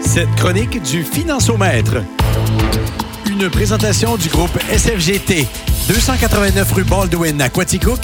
Cette chronique du Financiomètre. Une présentation du groupe SFGT. 289 rue Baldwin à Quaticook,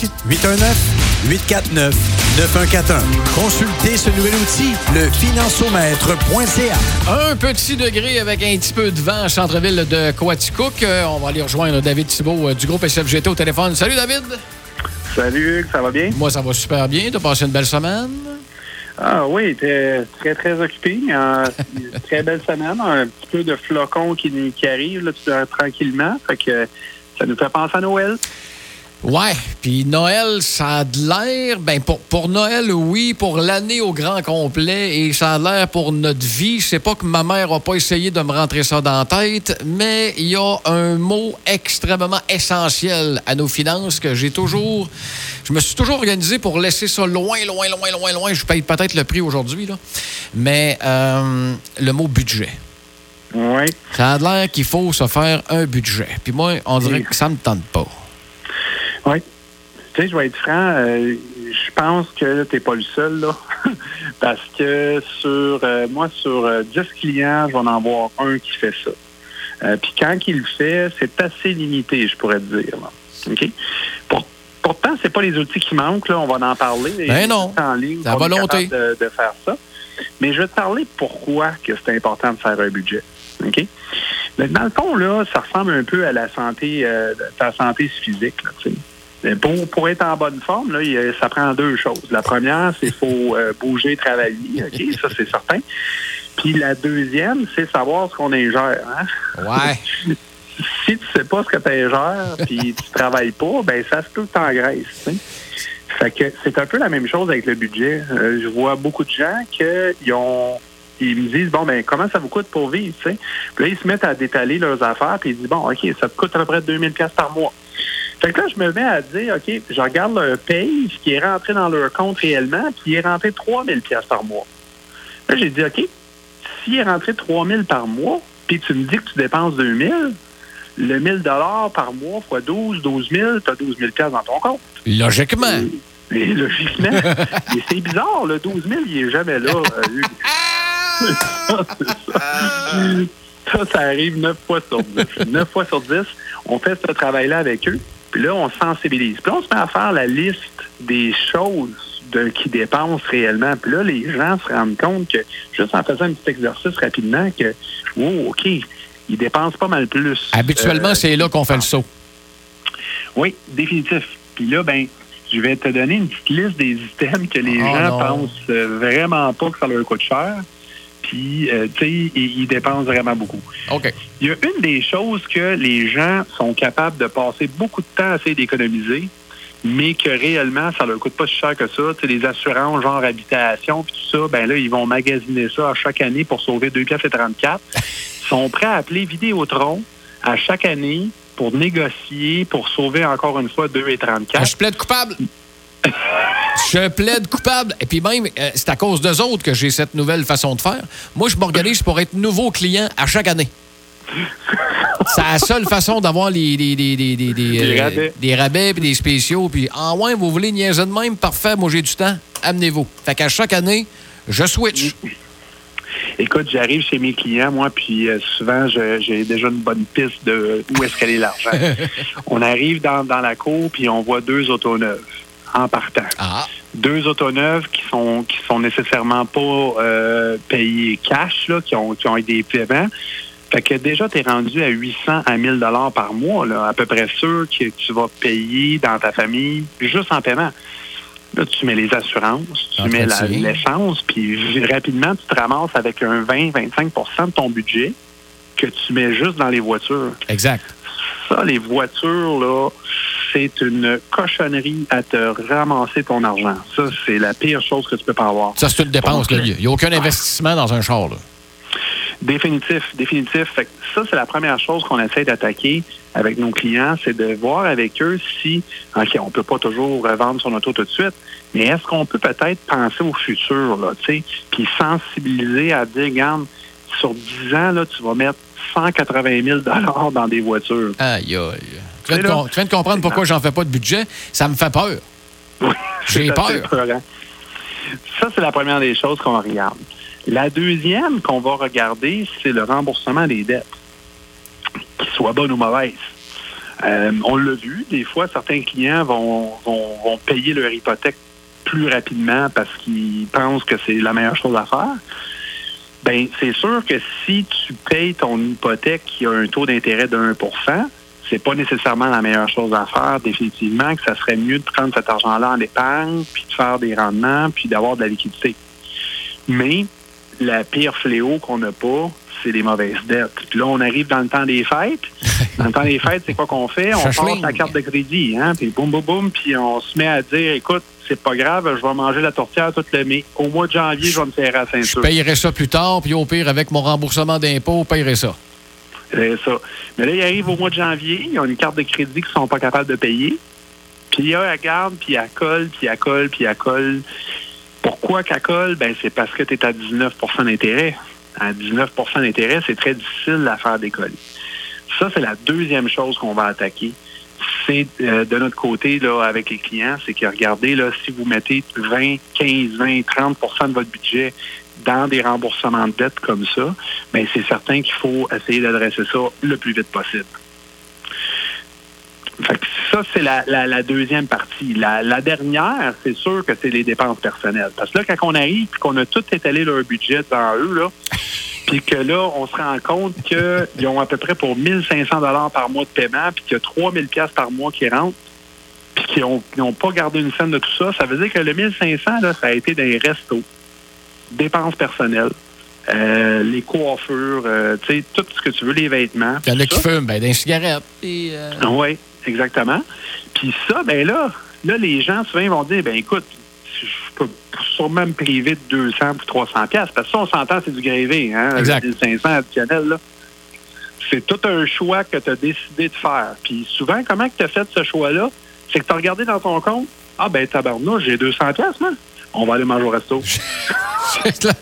819-849-9141. Consultez ce nouvel outil, le financiomètre.ca. Un petit degré avec un petit peu de vent au centre-ville de Quaticook. On va aller rejoindre David Thibault du groupe SFGT au téléphone. Salut David! Salut Hugues, ça va bien? Moi, ça va super bien. T'as passé une belle semaine? Ah oui, t'es très, très occupé. Très belle semaine. Un petit peu de flocons qui arrivent là, tranquillement. Fait que ça nous fait penser à Noël. Ouais, puis Noël, ça a de l'air, ben pour Noël, oui, pour l'année au grand complet, et ça a l'air pour notre vie. C'est pas que ma mère a pas essayé de me rentrer ça dans la tête, mais il y a un mot extrêmement essentiel à nos finances que je me suis toujours organisé pour laisser ça loin. Je paye peut-être le prix aujourd'hui, là, mais le mot budget. Oui. Ça a l'air qu'il faut se faire un budget. Puis moi, on dirait que ça me tente pas. Oui. Tu sais, je vais être franc, je pense que t'es pas le seul, là. Parce que sur 10 clients, je vais en avoir un qui fait ça. Puis quand il le fait, c'est assez limité, je pourrais te dire. Là. OK? Pourtant, c'est pas les outils qui manquent, là. On va en parler. Ben non, en ligne, la volonté. de faire ça. Mais je vais te parler pourquoi que c'est important de faire un budget. OK? Mais dans le fond, là, ça ressemble un peu à la santé, ta santé physique, là, tu sais. Pour être en bonne forme, là, ça prend deux choses. La première, c'est qu'il faut bouger, travailler. OK? Ça, c'est certain. Puis la deuxième, c'est savoir ce qu'on ingère. Hein? Ouais. Si tu sais pas ce que tu ingères puis tu travailles pas, ben ça se peut que t'engraisses. Tu sais? Fait que c'est un peu la même chose avec le budget. Je vois beaucoup de gens ils me disent, bon, ben comment ça vous coûte pour vivre? Tu sais? Puis là, ils se mettent à détaler leurs affaires puis ils disent, bon, OK, ça te coûte à peu près 2000$ par mois. Fait que là, je me mets à dire, OK, je regarde leur paye, ce qui est rentré dans leur compte réellement, puis il est rentré 3000$ par mois. Là, j'ai dit, OK, s'il est rentré 3000$ par mois, puis tu me dis que tu dépenses 2000$, le 1000$ par mois fois 12 000, tu as 12 000$ dans ton compte. Logiquement. Logiquement. Et c'est bizarre, le 12 000, il est jamais là. Ça arrive 9 fois sur 10. 9 fois sur 10, on fait ce travail-là avec eux. Puis là, on sensibilise. Puis là, on se met à faire la liste des choses qui dépensent réellement. Puis là, les gens se rendent compte que, juste en faisant un petit exercice rapidement, que, oh, OK, ils dépensent pas mal plus. Habituellement, c'est là qu'on fait le saut. Oui, définitif. Puis là, ben, je vais te donner une petite liste des items que les gens pensent vraiment pas que ça leur coûte cher. Puis, tu sais, ils dépensent vraiment beaucoup. OK. Il y a une des choses que les gens sont capables de passer beaucoup de temps à essayer d'économiser, mais que réellement, ça leur coûte pas si cher que ça. Tu sais, les assurances, genre habitation, puis tout ça, ben là, ils vont magasiner ça à chaque année pour sauver 2,34 $. Ils sont prêts à appeler Vidéotron à chaque année pour négocier, pour sauver encore une fois 2,34 $. Je plaide coupable. Je plaide coupable. Et puis même, c'est à cause d'eux autres que j'ai cette nouvelle façon de faire. Moi, je m'organise pour être nouveau client à chaque année. C'est la seule façon d'avoir des rabais puis des spéciaux. Puis, ouais, vous voulez niaiser de même? Parfait, moi, j'ai du temps. Amenez-vous. Fait qu'à chaque année, je switch. Écoute, j'arrive chez mes clients, moi, puis souvent, j'ai déjà une bonne piste de où est-ce qu'elle est l'argent. On arrive dans la cour, puis on voit 2 autos neuves en partant. Ah. 2 autos neuves qui sont nécessairement pas payées cash, là, qui ont eu des paiements. Fait que déjà, tu es rendu à 800 à 1000 $ par mois, là, à peu près sûr que tu vas payer dans ta famille juste en paiement. Là, tu mets les assurances, tu mets l'essence, puis rapidement, tu te ramasses avec un 20-25% de ton budget que tu mets juste dans les voitures. Exact. Ça, les voitures, là, c'est une cochonnerie à te ramasser ton argent. Ça, c'est la pire chose que tu peux pas avoir. Ça, c'est une dépense. Il n'y a aucun investissement dans un char, là. Définitif. Fait que ça, c'est la première chose qu'on essaie d'attaquer avec nos clients, c'est de voir avec eux si, OK, on peut pas toujours revendre son auto tout de suite, mais est-ce qu'on peut peut-être penser au futur, là, tu sais, puis sensibiliser à dire, regarde, sur 10 ans, là, tu vas mettre 180 000 $ dans des voitures. Aïe, aïe. Tu viens de comprendre pourquoi j'en fais pas de budget? Ça me fait peur. Oui, j'ai peur. Ça, c'est la première des choses qu'on regarde. La deuxième qu'on va regarder, c'est le remboursement des dettes, qu'ils soient bonnes ou mauvaises. On l'a vu, des fois, certains clients vont payer leur hypothèque plus rapidement parce qu'ils pensent que c'est la meilleure chose à faire. Bien, c'est sûr que si tu payes ton hypothèque qui a un taux d'intérêt de 1 %, c'est pas nécessairement la meilleure chose à faire. Définitivement que ça serait mieux de prendre cet argent-là en épargne, puis de faire des rendements, puis d'avoir de la liquidité. Mais la pire fléau qu'on n'a pas, c'est les mauvaises dettes. Puis là, on arrive dans le temps des fêtes. Dans le temps des fêtes, c'est quoi qu'on fait? On passe la carte de crédit, hein? Puis boum, boum, boum, puis on se met à dire, écoute, c'est pas grave, je vais manger la tourtière toute l'année. Au mois de janvier, je vais me serrer à la ceinture. Je payerai ça plus tard, puis au pire, avec mon remboursement d'impôt, je payerai ça. C'est ça. Mais là, ils arrivent au mois de janvier, ils ont une carte de crédit qu'ils ne sont pas capables de payer. Puis là, elle garde, puis elle colle, puis elle colle, puis elle colle. Pourquoi qu'elle colle? Ben, c'est parce que tu es à 19 % d'intérêt. À 19 % d'intérêt, c'est très difficile à faire décoller. Ça, c'est la deuxième chose qu'on va attaquer. C'est de notre côté, là, avec les clients, c'est que regardez, là, si vous mettez 20, 15, 20, 30 % de votre budget dans des remboursements de dettes comme ça, bien, c'est certain qu'il faut essayer d'adresser ça le plus vite possible. Fait que ça, c'est la deuxième partie. La dernière, c'est sûr que c'est les dépenses personnelles. Parce que là, quand on arrive et qu'on a tout étalé leur budget devant eux, là, puis que là, on se rend compte qu'ils ont à peu près pour 1 500 $ par mois de paiement, puis qu'il y a 3 000 $ par mois qui rentrent, puis qu'ils n'ont pas gardé une scène de tout ça, ça veut dire que le 1 500, là, ça a été des restos, dépenses personnelles, les coiffures, tu sais, tout ce que tu veux, les vêtements. Il y en a qui fument, ben, des cigarettes. Oui, exactement. Puis ça, ben là, les gens, souvent, ils vont dire, ben écoute, je peux sûrement me priver de 200 ou 300 $. Parce que ça, on s'entend, c'est du grévé, hein? Exact. 500 additionnels, là. C'est tout un choix que tu as décidé de faire. Puis souvent, comment tu as fait ce choix-là? C'est que tu as regardé dans ton compte, ah ben tabarnouche, j'ai 200 $, moi. On va aller manger au resto. C'est ça,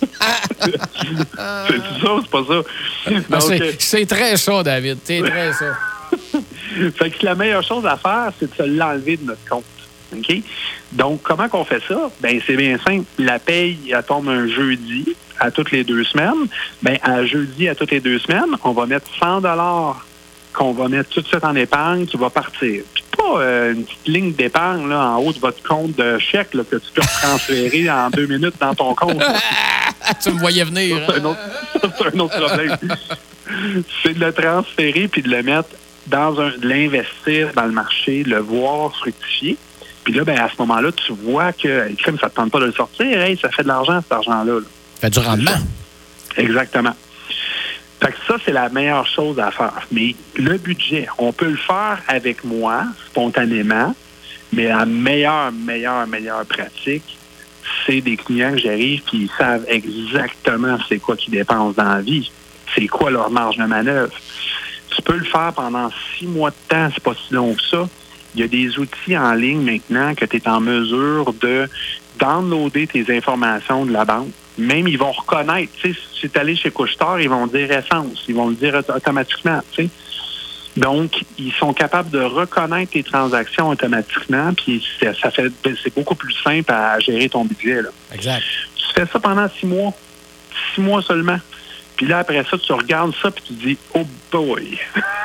c'est pas ça? Donc, c'est très ça, David. C'est très ça. Fait que la meilleure chose à faire, c'est de se l'enlever de notre compte. OK? Donc, comment qu'on fait ça? Bien, c'est bien simple. La paye, elle tombe un jeudi à toutes les 2 semaines. Bien, à jeudi à toutes les 2 semaines, on va mettre 100 $ qu'on va mettre tout de suite en épargne qui va partir. Puis pas une petite ligne d'épargne là, en haut de votre compte de chèque là, que tu peux transférer en 2 minutes dans ton compte. Tu me voyais venir. Ça, c'est un autre problème. C'est de le transférer puis de le mettre de l'investir dans le marché, le voir fructifier. Puis là, ben à ce moment-là, tu vois que crime, ça ne te tente pas de le sortir. Hey, ça fait de l'argent, cet argent-là. Là. Ça fait du rendement. Exactement. Fait que ça, c'est la meilleure chose à faire. Mais le budget, on peut le faire avec moi, spontanément, mais la meilleure pratique, c'est des clients que j'arrive qui savent exactement c'est quoi qu'ils dépensent dans la vie. C'est quoi leur marge de manœuvre. Tu peux le faire pendant 6 mois de temps, c'est pas si long que ça. Il y a des outils en ligne maintenant que tu es en mesure de downloader tes informations de la banque. Même, ils vont reconnaître. Tu sais, si tu es allé chez Couche-Tard, ils vont dire essence. Ils vont le dire automatiquement. Tu sais. Donc, ils sont capables de reconnaître tes transactions automatiquement. Puis, c'est beaucoup plus simple à gérer ton budget. Là. Exact. Tu fais ça pendant 6 mois. 6 mois seulement. Puis là, après ça, tu regardes ça puis tu dis « Oh boy! »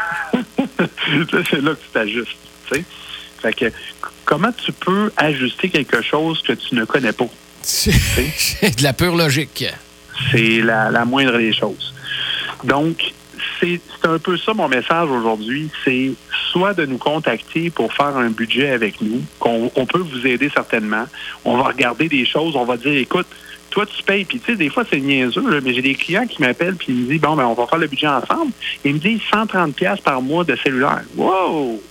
Là, c'est là que tu t'ajustes. Tu sais. Fait que, comment tu peux ajuster quelque chose que tu ne connais pas? C'est de la pure logique. C'est la moindre des choses. Donc, c'est un peu ça mon message aujourd'hui. C'est soit de nous contacter pour faire un budget avec nous, qu'on peut vous aider certainement. On va regarder des choses, on va dire, écoute, toi, tu payes. Puis, tu sais, des fois, c'est niaiseux, là, mais j'ai des clients qui m'appellent puis ils me disent, bon, ben, on va faire le budget ensemble. Ils me disent 130 $ par mois de cellulaire. Wow!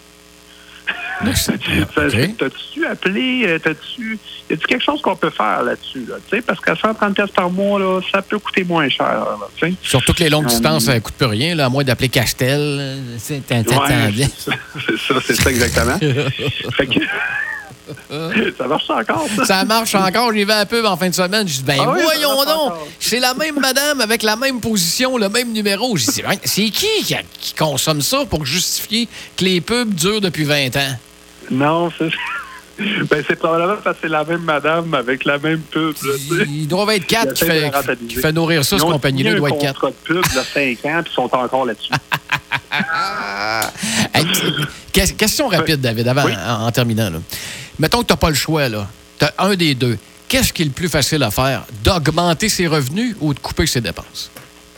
T'as-tu appelé? Y a-tu quelque chose qu'on peut faire là-dessus? Là, parce qu'à 130 $ par mois, là, ça peut coûter moins cher. Là, surtout que les longues distances, ça ne coûte plus rien, là, à moins d'appeler Castel. C'est ça exactement. Fait que, ça marche encore, ça? Ça marche encore. J'y vais un peu en fin de semaine. Je dis, voyons donc, c'est la même madame avec la même position, le même numéro. Je dis, c'est qui consomme ça pour justifier que les pubs durent depuis 20 ans? Non, Ben, c'est probablement parce que c'est la même madame avec la même pub. Là, il doit être 4 qui fait nourrir ça, cette compagnie-là. Il doit être 4. Ils ont un contrat de pub de 5 ans puis ils sont encore là-dessus. Question rapide, David, avant, oui. en terminant. Là. Mettons que tu n'as pas le choix. Tu as un des deux. Qu'est-ce qui est le plus facile à faire? D'augmenter ses revenus ou de couper ses dépenses?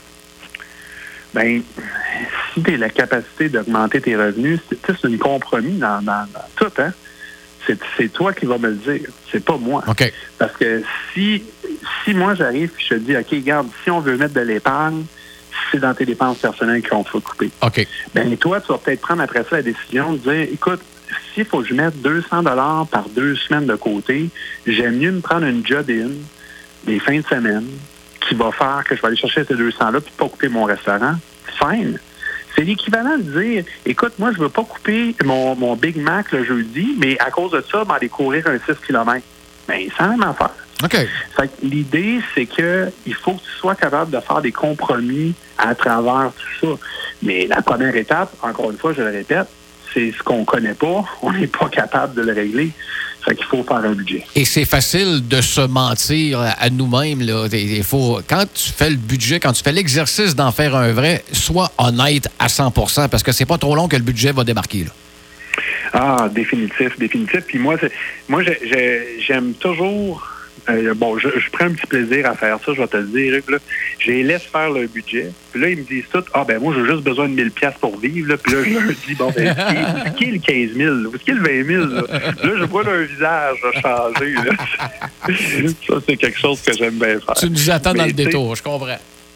Bien, si tu as la capacité d'augmenter tes revenus, c'est un compromis dans tout, hein? C'est toi qui vas me le dire. C'est pas moi. OK. Parce que si moi j'arrive et je te dis, OK, regarde, si on veut mettre de l'épargne, c'est dans tes dépenses personnelles qu'on faut couper. OK. Bien, toi, tu vas peut-être prendre après ça la décision de dire, écoute, s'il faut que je mette 200 $ par 2 semaines de côté, j'aime mieux me prendre une job-in des fins de semaine qui va faire que je vais aller chercher ces 200-là puis pas couper mon restaurant. Fine. C'est l'équivalent de dire, écoute, moi, je veux pas couper mon Big Mac le jeudi, mais à cause de ça, aller courir un 6 km. Bien, c'est la même affaire. OK. Fait que l'idée, c'est que il faut que tu sois capable de faire des compromis à travers tout ça. Mais la première étape, encore une fois, je le répète, c'est ce qu'on connaît pas. On n'est pas capable de le régler. Fait qu'il faut faire un budget. Et c'est facile de se mentir à nous-mêmes. Là. Il faut, quand tu fais le budget, quand tu fais l'exercice d'en faire un vrai, sois honnête à 100%, parce que c'est pas trop long que le budget va débarquer. Là. Ah, définitif. Puis moi j'aime toujours... je prends un petit plaisir à faire ça, je vais te le dire. Là, je les laisse faire leur budget. Puis là, ils me disent tout, moi, j'ai juste besoin de 1000 $ pour vivre. Là. Puis là, je leur dis, ce qui est le 15 000? Où est-ce qui est le 20 000? Là, je vois leur visage changer. Là. Ça, c'est quelque chose que j'aime bien faire. Tu nous attends dans le détour, je comprends.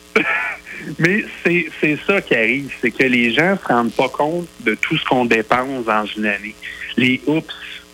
Mais c'est ça qui arrive, c'est que les gens ne se rendent pas compte de tout ce qu'on dépense dans une année. Les oups,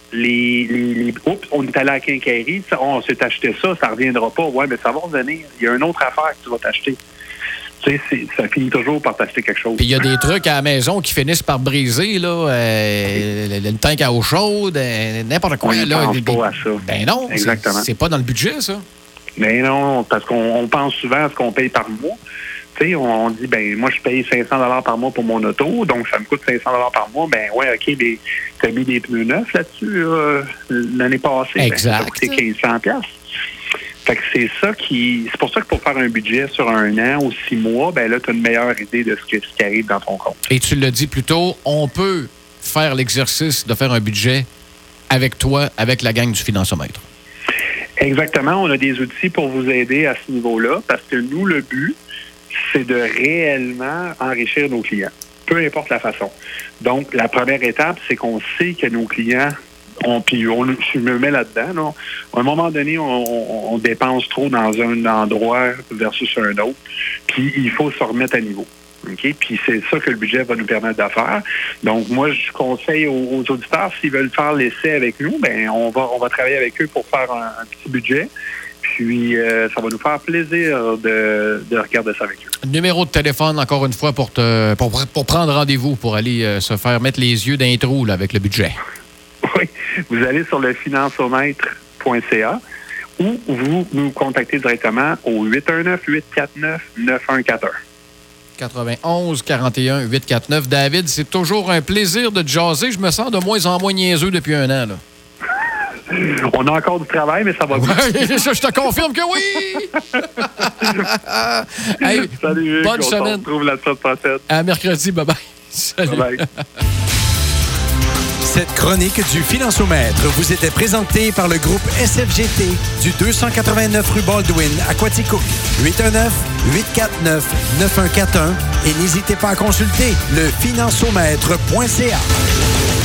on est allé à la quincaillerie, on s'est acheté ça reviendra pas. Ouais, mais ça va revenir. Il y a une autre affaire que tu vas t'acheter. Tu sais, ça finit toujours par t'acheter quelque chose. Puis il y a des trucs à la maison qui finissent par briser, là. Une tank à eau chaude, n'importe quoi. On là. pense pas à ça. Ben non, exactement. C'est pas dans le budget, ça. Ben non, parce qu'on pense souvent à ce qu'on paye par mois. Tu sais, on dit, moi, je paye 500 $ par mois pour mon auto, donc ça me coûte 500 $ par mois. Ben ouais, OK, mais tu as mis des pneus neufs là-dessus l'année passée. Exact. Ça a coûté 1500 $. Fait que c'est pour ça que pour faire un budget sur 1 an ou 6 mois, là, tu as une meilleure idée de ce qui arrive dans ton compte. Et tu l'as dit plus tôt, on peut faire l'exercice de faire un budget avec toi, avec la gang du Financiomètre. Exactement. On a des outils pour vous aider à ce niveau-là parce que nous, le but, c'est de réellement enrichir nos clients, peu importe la façon. Donc, la première étape, c'est qu'on sait que nos clients je me mets là-dedans. Là. À un moment donné, on dépense trop dans un endroit versus un autre, puis il faut se remettre à niveau. Okay? Puis c'est ça que le budget va nous permettre de faire. Donc, moi, je conseille aux auditeurs, s'ils veulent faire l'essai avec nous, on va travailler avec eux pour faire un petit budget. Puis, ça va nous faire plaisir de regarder ça avec eux. Numéro de téléphone, encore une fois, pour prendre rendez-vous, pour aller se faire mettre les yeux d'un trou là, avec le budget. Oui. Vous allez sur le financiomètre.ca ou vous nous contactez directement au 819-849-9141. 91 41 849. David, c'est toujours un plaisir de te jaser. Je me sens de moins en moins niaiseux depuis 1 an. Là. On a encore du travail, mais ça va bien. Je te confirme que oui! Hey, salut, bonne semaine. On se retrouve la semaine prochaine. À mercredi. Bye-bye. Salut. Bye-bye. Cette chronique du Financiomètre vous était présentée par le groupe SFGT du 289 rue Baldwin à Quaticook. 819-849-9141 et n'hésitez pas à consulter le financiomètre.ca.